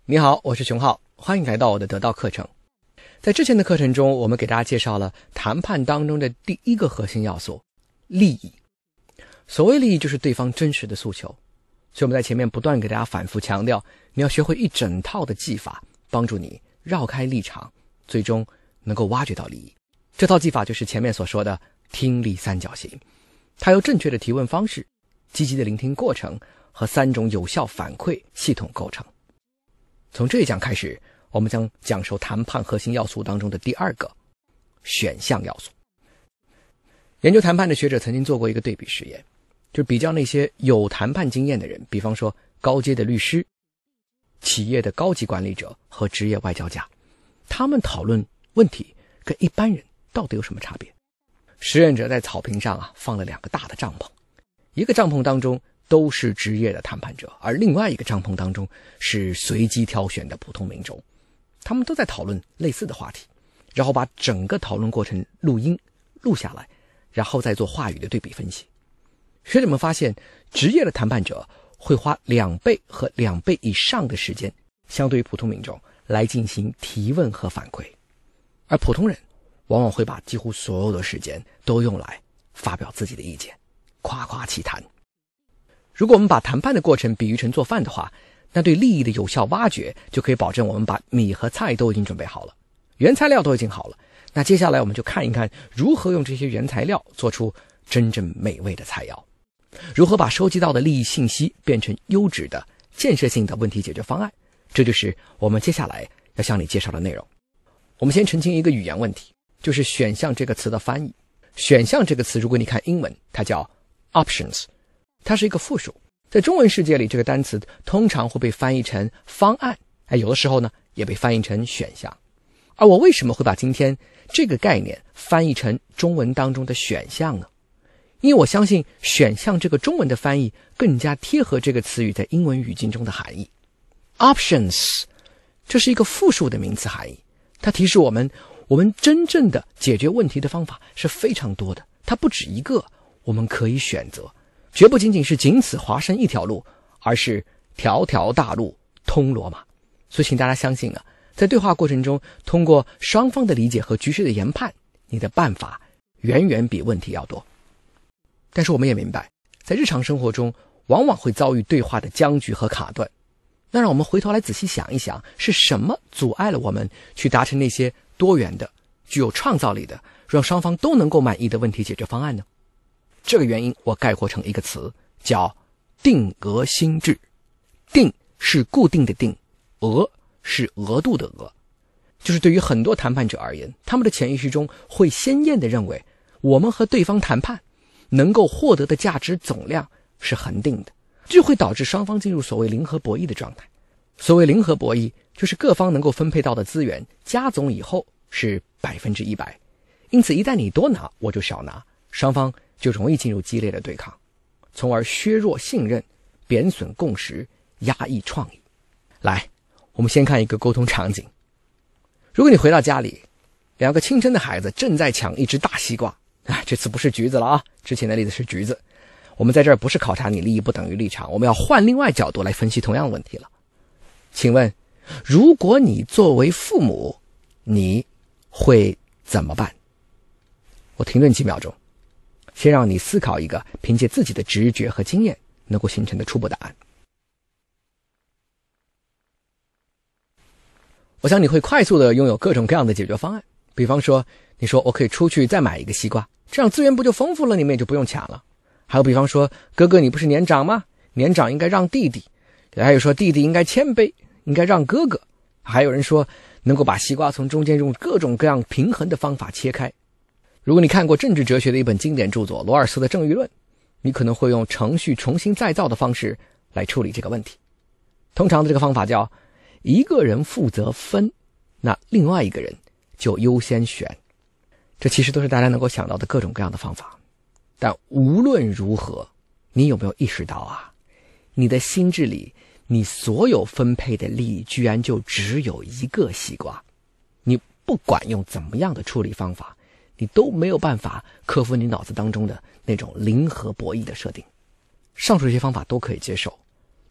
你好，我是熊浩，欢迎来到我的得到课程。在之前的课程中，我们给大家介绍了谈判当中的第一个核心要素——利益。所谓利益，就是对方真实的诉求。所以我们在前面不断给大家反复强调，你要学会一整套的技法，帮助你绕开立场，最终能够挖掘到利益。这套技法就是前面所说的听力三角形，它由正确的提问方式、积极的聆听过程和3种有效反馈系统构成。从这一讲开始，我们将讲授谈判核心要素当中的第二个选项要素。研究谈判的学者曾经做过一个对比实验，就是比较那些有谈判经验的人，比方说高阶的律师、企业的高级管理者和职业外交家，他们讨论问题跟一般人到底有什么差别。实验者在草坪上放了2个大的帐篷，一个帐篷当中都是职业的谈判者，而另外一个帐篷当中是随机挑选的普通民众。他们都在讨论类似的话题，然后把整个讨论过程录下来，然后再做话语的对比分析。学者们发现，职业的谈判者会花2倍和2倍以上的时间，相对于普通民众来进行提问和反馈，而普通人往往会把几乎所有的时间都用来发表自己的意见，夸夸其谈。如果我们把谈判的过程比喻成做饭的话，那对利益的有效挖掘就可以保证我们把米和菜都已经准备好了，原材料都已经好了，那接下来我们就看一看如何用这些原材料做出真正美味的菜肴，如何把收集到的利益信息变成优质的建设性的问题解决方案。这就是我们接下来要向你介绍的内容。我们先澄清一个语言问题，就是选项这个词的翻译。选项这个词如果你看英文，它叫 options， 它是一个复数，在中文世界里这个单词通常会被翻译成方案，有的时候呢也被翻译成选项。而我为什么会把今天这个概念翻译成中文当中的选项呢？因为我相信选项这个中文的翻译更加贴合这个词语在英文语境中的含义。 Options 这是一个复数的名词含义，它提示我们真正的解决问题的方法是非常多的，它不止一个，我们可以选择，绝不仅仅是仅此华生一条路，而是条条大路通罗马。所以请大家相信在对话过程中，通过双方的理解和局势的研判，你的办法远远比问题要多。但是我们也明白，在日常生活中往往会遭遇对话的僵局和卡顿，那让我们回头来仔细想一想，是什么阻碍了我们去达成那些多元的、具有创造力的、让双方都能够满意的问题解决方案呢？这个原因我概括成一个词，叫定额心智。定是固定的定，额是额度的额。就是对于很多谈判者而言，他们的潜意识中会鲜艳地认为，我们和对方谈判能够获得的价值总量是恒定的，这会导致双方进入所谓零和博弈的状态。所谓零和博弈，就是各方能够分配到的资源加总以后是100%，因此一旦你多拿我就少拿，双方就容易进入激烈的对抗，从而削弱信任，贬损共识，压抑创意。来，我们先看一个沟通场景。如果你回到家里，2个清真的孩子正在抢一只大西瓜，这次不是橘子了之前的例子是橘子。我们在这儿不是考察你利益不等于立场，我们要换另外角度来分析同样的问题了。请问，如果你作为父母，你会怎么办？我停顿几秒钟，先让你思考一个凭借自己的直觉和经验能够形成的初步答案。我想你会快速的拥有各种各样的解决方案，比方说你说我可以出去再买一个西瓜，这样资源不就丰富了，你们也就不用抢了。还有比方说，哥哥你不是年长吗？年长应该让弟弟。还有说弟弟应该谦卑，应该让哥哥。还有人说能够把西瓜从中间用各种各样平衡的方法切开。如果你看过政治哲学的一本经典著作罗尔斯的《正义论》，你可能会用程序重新再造的方式来处理这个问题。通常的这个方法叫一个人负责分，那另外一个人就优先选。这其实都是大家能够想到的各种各样的方法。但无论如何，你有没有意识到你的心智里，你所有分配的利益居然就只有一个西瓜。你不管用怎么样的处理方法，你都没有办法克服你脑子当中的那种零和博弈的设定。上述这些方法都可以接受，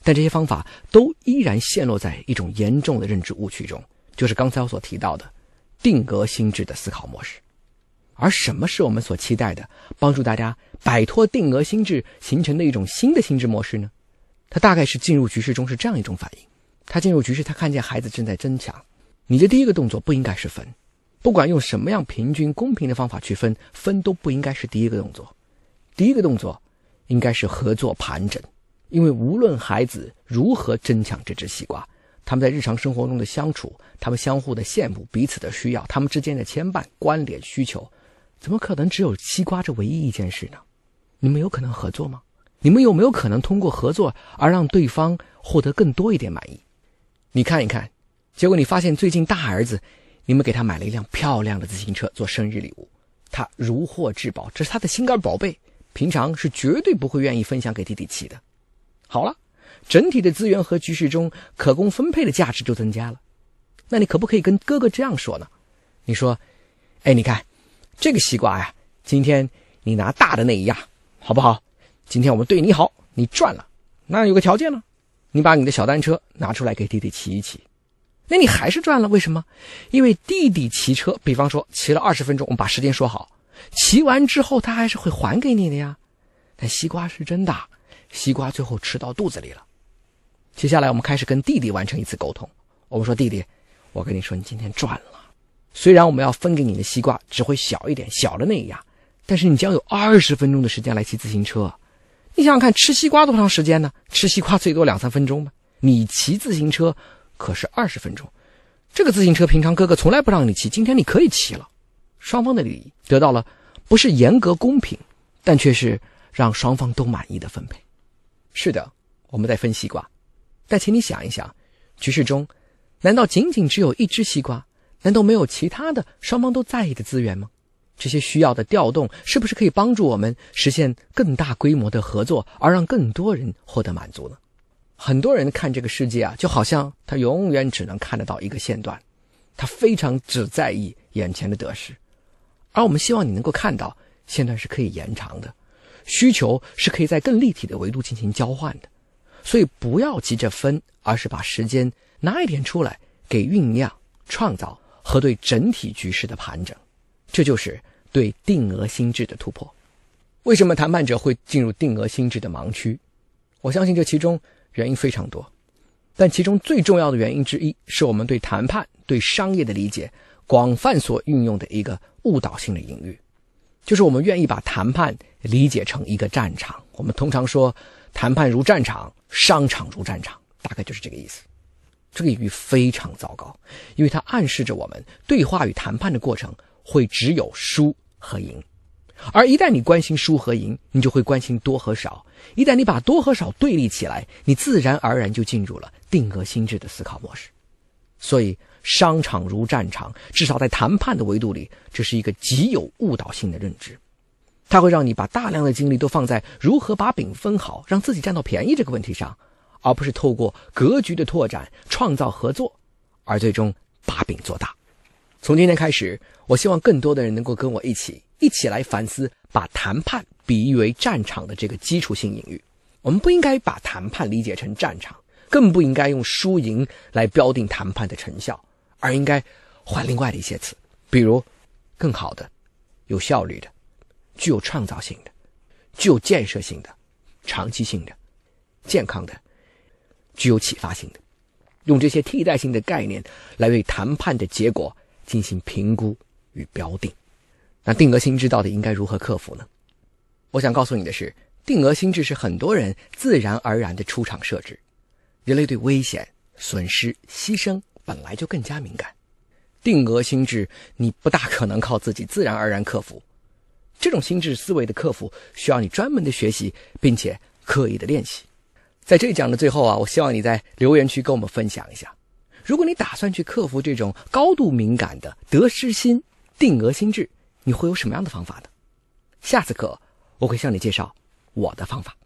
但这些方法都依然陷落在一种严重的认知误区中，就是刚才我所提到的定额心智的思考模式。而什么是我们所期待的帮助大家摆脱定额心智形成的一种新的心智模式呢？它大概是进入局势中是这样一种反应。他进入局势，他看见孩子正在争抢，你的第一个动作不应该是分，不管用什么样平均公平的方法去分都不应该是第一个动作。第一个动作应该是合作盘整，因为无论孩子如何争抢这只西瓜，他们在日常生活中的相处，他们相互的羡慕，彼此的需要，他们之间的牵绊、关联、需求，怎么可能只有西瓜这唯一一件事呢？你们有可能合作吗？你们有没有可能通过合作而让对方获得更多一点满意？你看一看，结果你发现最近大儿子，你们给他买了一辆漂亮的自行车做生日礼物，他如获至宝，这是他的心肝宝贝，平常是绝对不会愿意分享给弟弟骑的。好了，整体的资源和局势中可供分配的价值就增加了。那你可不可以跟哥哥这样说呢？你说，你看这个西瓜呀，今天你拿大的那一压好不好？今天我们对你好，你赚了。那有个条件呢，你把你的小单车拿出来给弟弟骑一骑。那你还是赚了，为什么？因为弟弟骑车，比方说骑了20分钟，我们把时间说好，骑完之后他还是会还给你的呀。但西瓜是真的，西瓜最后吃到肚子里了。接下来我们开始跟弟弟完成一次沟通。我们说，弟弟，我跟你说，你今天赚了。虽然我们要分给你的西瓜只会小一点，小的那一样，但是你将有20分钟的时间来骑自行车。你想想看，吃西瓜多长时间呢？吃西瓜最多2-3分钟吧。你骑自行车可是20分钟。这个自行车平常哥哥从来不让你骑，今天你可以骑了。双方的利益得到了不是严格公平，但却是让双方都满意的分配。是的，我们在分西瓜，但请你想一想，局势中难道仅仅只有一只西瓜？难道没有其他的双方都在意的资源吗？这些需要的调动是不是可以帮助我们实现更大规模的合作，而让更多人获得满足呢？很多人看这个世界啊，就好像他永远只能看得到一个线段，他非常只在意眼前的得失。而我们希望你能够看到，线段是可以延长的，需求是可以在更立体的维度进行交换的。所以不要急着分，而是把时间拿一点出来给酝酿、创造和对整体局势的盘整。这就是对定额心智的突破。为什么谈判者会进入定额心智的盲区？我相信这其中原因非常多，但其中最重要的原因之一是我们对谈判、对商业的理解广泛所运用的一个误导性的隐喻，就是我们愿意把谈判理解成一个战场。我们通常说谈判如战场，商场如战场，大概就是这个意思。这个隐喻非常糟糕，因为它暗示着我们对话与谈判的过程会只有输和赢，而一旦你关心输和赢，你就会关心多和少。一旦你把多和少对立起来，你自然而然就进入了定额心智的思考模式。所以商场如战场，至少在谈判的维度里，这是一个极有误导性的认知。它会让你把大量的精力都放在如何把饼分好，让自己占到便宜这个问题上，而不是透过格局的拓展创造合作，而最终把饼做大。从今天开始，我希望更多的人能够跟我一起来反思把谈判比喻为战场的这个基础性隐喻。我们不应该把谈判理解成战场，更不应该用输赢来标定谈判的成效，而应该换另外的一些词，比如更好的、有效率的、具有创造性的、具有建设性的、长期性的、健康的、具有启发性的，用这些替代性的概念来为谈判的结果进行评估与标定。那定额心智到底应该如何克服呢？我想告诉你的是，定额心智是很多人自然而然的出场设置。人类对危险、损失、牺牲本来就更加敏感。定额心智你不大可能靠自己自然而然克服。这种心智思维的克服需要你专门的学习，并且刻意的练习。在这一讲的最后啊，我希望你在留言区跟我们分享一下，如果你打算去克服这种高度敏感的得失心、定额心智，你会有什么样的方法呢？下次课我会向你介绍我的方法。